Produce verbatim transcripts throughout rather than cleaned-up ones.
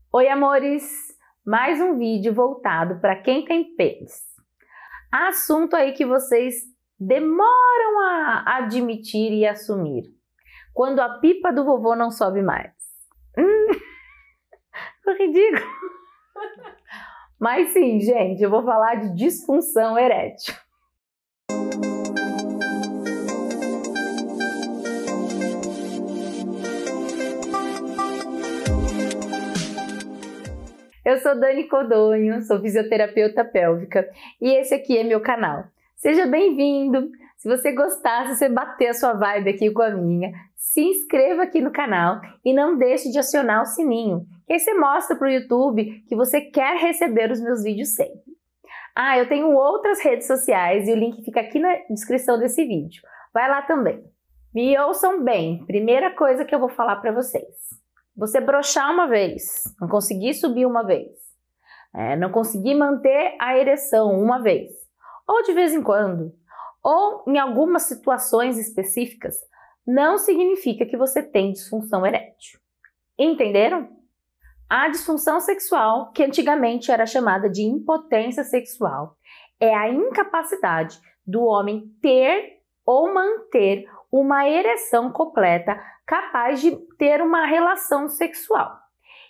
Oi, amores! Mais um vídeo voltado para quem tem pênis. Assunto aí que vocês demoram a admitir e assumir. Quando a pipa do vovô não sobe mais. Hum, ficou ridículo. Mas sim, gente, eu vou falar de disfunção erétil. Eu sou Dani Codonho, sou fisioterapeuta pélvica e esse aqui é meu canal. Seja bem-vindo! Se você gostar, se você bater a sua vibe aqui com a minha, se inscreva aqui no canal e não deixe de acionar o sininho, que aí você mostra para o YouTube que você quer receber os meus vídeos sempre. Ah, eu tenho outras redes sociais e o link fica aqui na descrição desse vídeo. Vai lá também. Me ouçam bem, primeira coisa que eu vou falar para vocês. Você broxar uma vez, não conseguir subir uma vez, é, não conseguir manter a ereção uma vez, ou de vez em quando, ou em algumas situações específicas, não significa que você tem disfunção erétil. Entenderam? A disfunção sexual, que antigamente era chamada de impotência sexual, é a incapacidade do homem ter ou manter uma ereção completa capaz de ter uma relação sexual.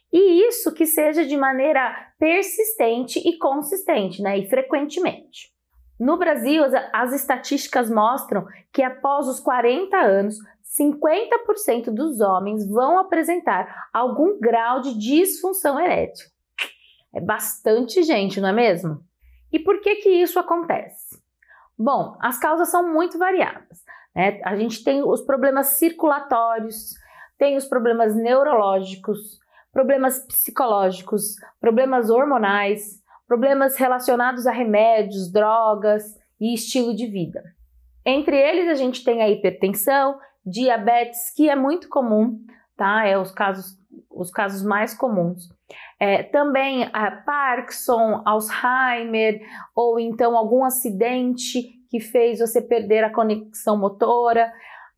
E isso que seja de maneira persistente e consistente, né? E frequentemente. No Brasil, as, as estatísticas mostram que após os quarenta anos, cinquenta por cento dos homens vão apresentar algum grau de disfunção erétil. É bastante gente, não é mesmo? E por que que isso acontece? Bom, as causas são muito variadas. É, a gente tem os problemas circulatórios, tem os problemas neurológicos, problemas psicológicos, problemas hormonais, problemas relacionados a remédios, drogas e estilo de vida. Entre eles a gente tem a hipertensão, diabetes, que é muito comum, tá? É os casos, os casos mais comuns. É, também a Parkinson, Alzheimer, ou então algum acidente que fez você perder a conexão motora,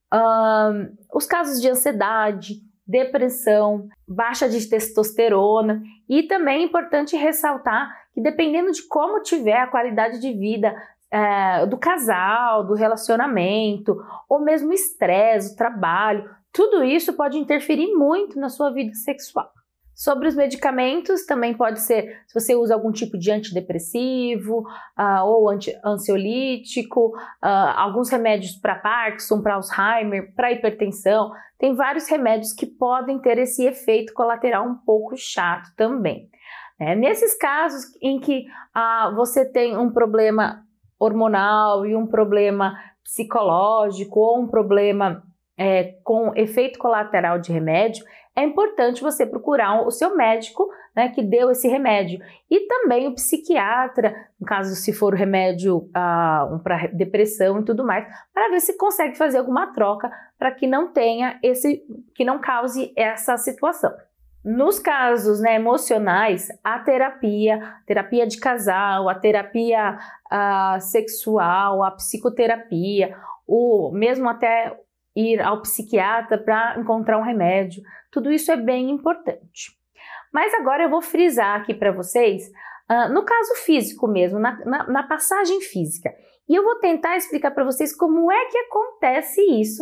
um, os casos de ansiedade, depressão, baixa de testosterona, e também é importante ressaltar que dependendo de como tiver a qualidade de vida é, do casal, do relacionamento, ou mesmo o estresse, o trabalho, tudo isso pode interferir muito na sua vida sexual. Sobre os medicamentos, também pode ser se você usa algum tipo de antidepressivo uh, ou anti ansiolítico, uh, alguns remédios para Parkinson, para Alzheimer, para hipertensão. Tem vários remédios que podem ter esse efeito colateral um pouco chato também. É, nesses casos em que uh, você tem um problema hormonal e um problema psicológico ou um problema é, com efeito colateral de remédio, é importante você procurar o seu médico, né, que deu esse remédio. E também o psiquiatra, no caso se for o remédio uh, um para depressão e tudo mais, para ver se consegue fazer alguma troca para que não tenha esse, que não cause essa situação. Nos casos, né, emocionais, a terapia, terapia de casal, a terapia uh, sexual, a psicoterapia, o mesmo até ir ao psiquiatra para encontrar um remédio, tudo isso é bem importante. Mas agora eu vou frisar aqui para vocês, uh, no caso físico mesmo, na, na, na passagem física. E eu vou tentar explicar para vocês como é que acontece isso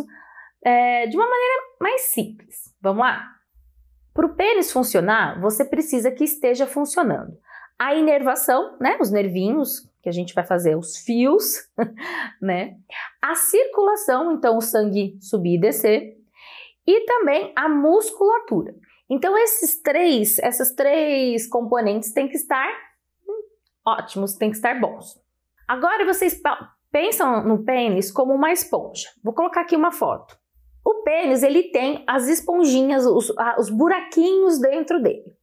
é, de uma maneira mais simples. Vamos lá? Para o pênis funcionar, você precisa que esteja funcionando a inervação, né, os nervinhos, que a gente vai fazer os fios, né, a circulação, então o sangue subir e descer, e também a musculatura. Então esses três, essas três componentes têm que estar hum, ótimos, têm que estar bons. Agora vocês pensam no pênis como uma esponja. Vou colocar aqui uma foto. O pênis, ele tem as esponjinhas, os, os buraquinhos dentro dele.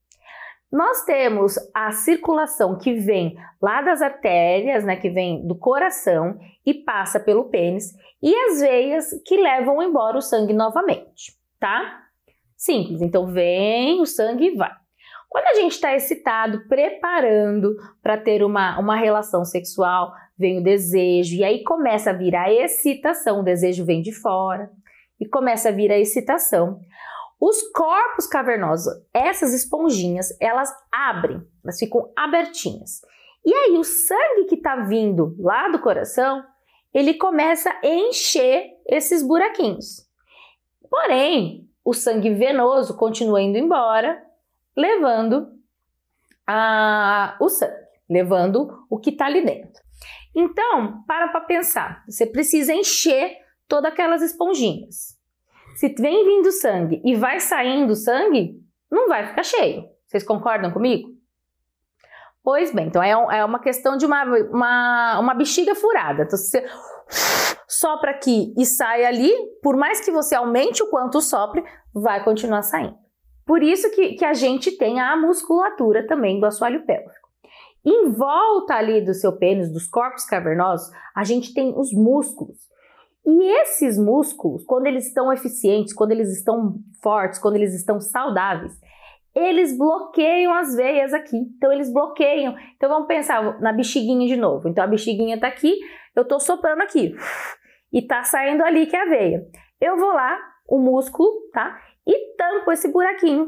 Nós temos a circulação que vem lá das artérias, né, que vem do coração e passa pelo pênis, e as veias que levam embora o sangue novamente, tá? Simples, então vem o sangue e vai. Quando a gente está excitado, preparando para ter uma, uma relação sexual, vem o desejo, e aí começa a vir a excitação, o desejo vem de fora, e começa a vir a excitação. Os corpos cavernosos, essas esponjinhas, elas abrem, elas ficam abertinhas. E aí o sangue que está vindo lá do coração, ele começa a encher esses buraquinhos. Porém, o sangue venoso continua indo embora, levando a, o sangue, levando o que está ali dentro. Então, para para pensar, você precisa encher todas aquelas esponjinhas. Se vem vindo sangue e vai saindo sangue, não vai ficar cheio. Vocês concordam comigo? Pois bem, então é, é uma questão de uma, uma, uma bexiga furada. Então, se você sopra aqui e sai ali, por mais que você aumente o quanto sopre, vai continuar saindo. Por isso que, que a gente tem a musculatura também do assoalho pélvico. Em volta ali do seu pênis, dos corpos cavernosos, a gente tem os músculos. E esses músculos, quando eles estão eficientes, quando eles estão fortes, quando eles estão saudáveis, eles bloqueiam as veias aqui. Então, eles bloqueiam. Então, vamos pensar na bexiguinha de novo. Então, a bexiguinha tá aqui, eu tô soprando aqui. E tá saindo ali, que é a veia. Eu vou lá, o músculo, tá? E tampo esse buraquinho.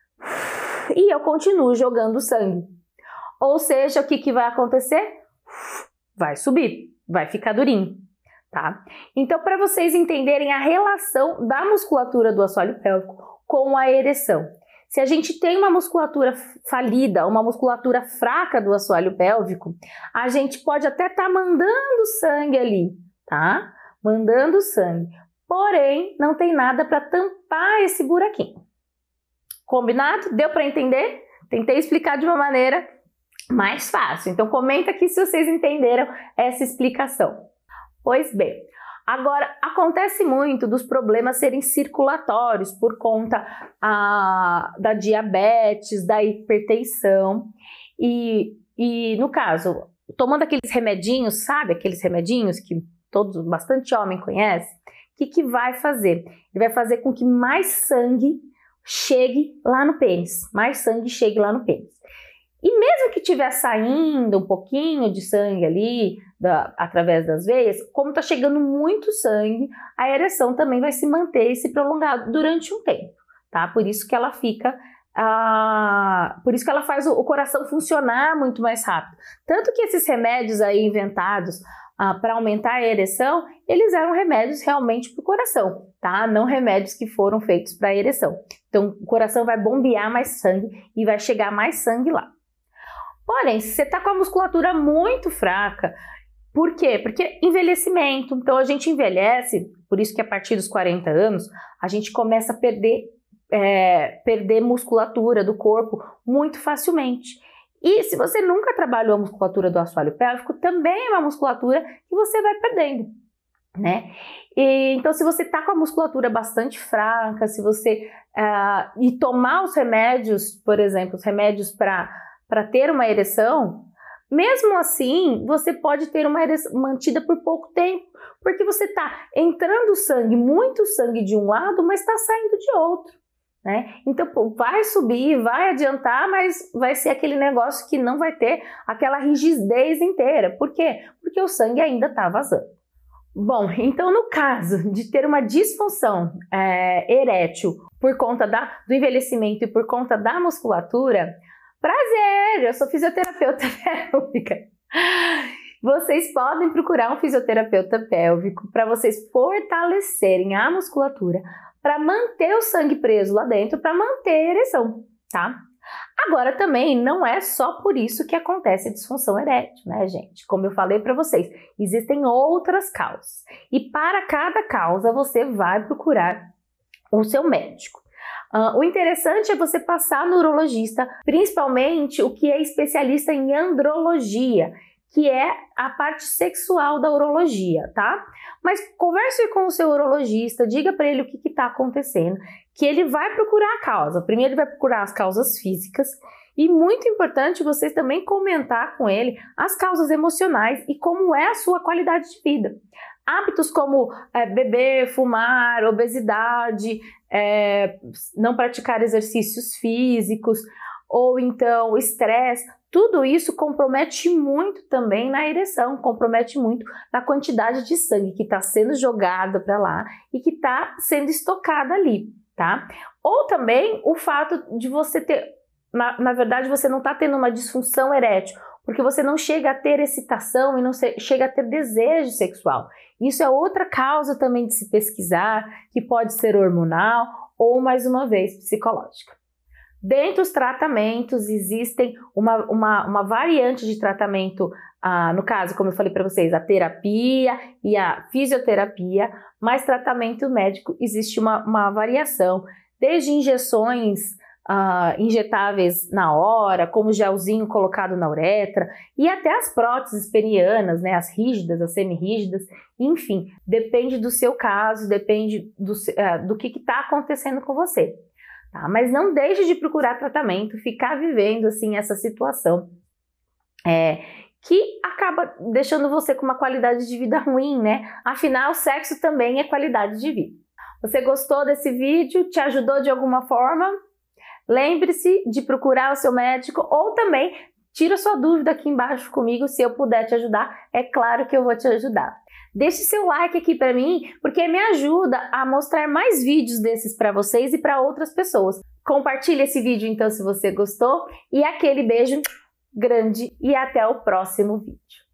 E eu continuo jogando sangue. Ou seja, o que, que vai acontecer? Vai subir, vai ficar durinho. Tá? Então, para vocês entenderem a relação da musculatura do assoalho pélvico com a ereção. Se a gente tem uma musculatura falida, uma musculatura fraca do assoalho pélvico, a gente pode até estar tá mandando sangue ali, tá? Mandando sangue. Porém, não tem nada para tampar esse buraquinho. Combinado? Deu para entender? Tentei explicar de uma maneira mais fácil. Então, comenta aqui se vocês entenderam essa explicação. Pois bem, agora acontece muito dos problemas serem circulatórios por conta a, da diabetes, da hipertensão e, e no caso, tomando aqueles remedinhos, sabe aqueles remedinhos que todos, bastante homem conhece, o que, que vai fazer? Ele vai fazer com que mais sangue chegue lá no pênis, mais sangue chegue lá no pênis. E mesmo que estiver saindo um pouquinho de sangue ali, da, através das veias, como está chegando muito sangue, a ereção também vai se manter e se prolongar durante um tempo, tá? Por isso que ela fica, ah, por isso que ela faz o, o coração funcionar muito mais rápido. Tanto que esses remédios aí inventados ah, para aumentar a ereção, eles eram remédios realmente para o coração, tá? Não remédios que foram feitos para a ereção. Então, o coração vai bombear mais sangue e vai chegar mais sangue lá. Porém, se você está com a musculatura muito fraca, por quê? Porque envelhecimento. Então, a gente envelhece, por isso que a partir dos quarenta anos, a gente começa a perder, é, perder musculatura do corpo muito facilmente. E se você nunca trabalhou a musculatura do assoalho pélvico, também é uma musculatura que você vai perdendo, né? E, então, se você está com a musculatura bastante fraca, se você uh, e tomar os remédios, por exemplo, os remédios para para ter uma ereção, mesmo assim, você pode ter uma ereção mantida por pouco tempo, porque você está entrando sangue, muito sangue de um lado, mas está saindo de outro, né? Então, vai subir, vai adiantar, mas vai ser aquele negócio que não vai ter aquela rigidez inteira. Por quê? Porque o sangue ainda está vazando. Bom, então no caso de ter uma disfunção é, erétil por conta da, do envelhecimento e por conta da musculatura, prazer, eu sou fisioterapeuta pélvica. Vocês podem procurar um fisioterapeuta pélvico para vocês fortalecerem a musculatura, para manter o sangue preso lá dentro, para manter a ereção, tá? Agora também não é só por isso que acontece a disfunção erétil, né, gente? Como eu falei para vocês, existem outras causas. E para cada causa você vai procurar o seu médico. Uh, o interessante é você passar no urologista, principalmente o que é especialista em andrologia, que é a parte sexual da urologia, tá? Mas converse com o seu urologista, diga para ele o que está acontecendo, que ele vai procurar a causa. Primeiro ele vai procurar as causas físicas e muito importante vocês também comentar com ele as causas emocionais e como é a sua qualidade de vida. Hábitos como é, beber, fumar, obesidade, é, não praticar exercícios físicos ou então estresse, tudo isso compromete muito também na ereção, compromete muito na quantidade de sangue que está sendo jogada para lá e que está sendo estocada ali, tá? Ou também o fato de você ter, na, na verdade, você não tá tendo uma disfunção erétil, porque você não chega a ter excitação e não se, chega a ter desejo sexual. Isso é outra causa também de se pesquisar, que pode ser hormonal ou, mais uma vez, psicológica. Dentre os tratamentos, existem uma, uma, uma variante de tratamento, ah, no caso, como eu falei para vocês, a terapia e a fisioterapia, mas tratamento médico existe uma, uma variação, desde injeções Uh, injetáveis na hora, como gelzinho colocado na uretra, e até as próteses penianas, né, as rígidas, as semi-rígidas, enfim, depende do seu caso, depende do, uh, do que está acontecendo com você. Tá? Mas não deixe de procurar tratamento, ficar vivendo assim essa situação é, que acaba deixando você com uma qualidade de vida ruim, né? Afinal, sexo também é qualidade de vida. Você gostou desse vídeo? Te ajudou de alguma forma? Lembre-se de procurar o seu médico ou também tira sua dúvida aqui embaixo comigo, se eu puder te ajudar, é claro que eu vou te ajudar. Deixe seu like aqui para mim, porque me ajuda a mostrar mais vídeos desses para vocês e para outras pessoas. Compartilhe esse vídeo então se você gostou e aquele beijo grande e até o próximo vídeo.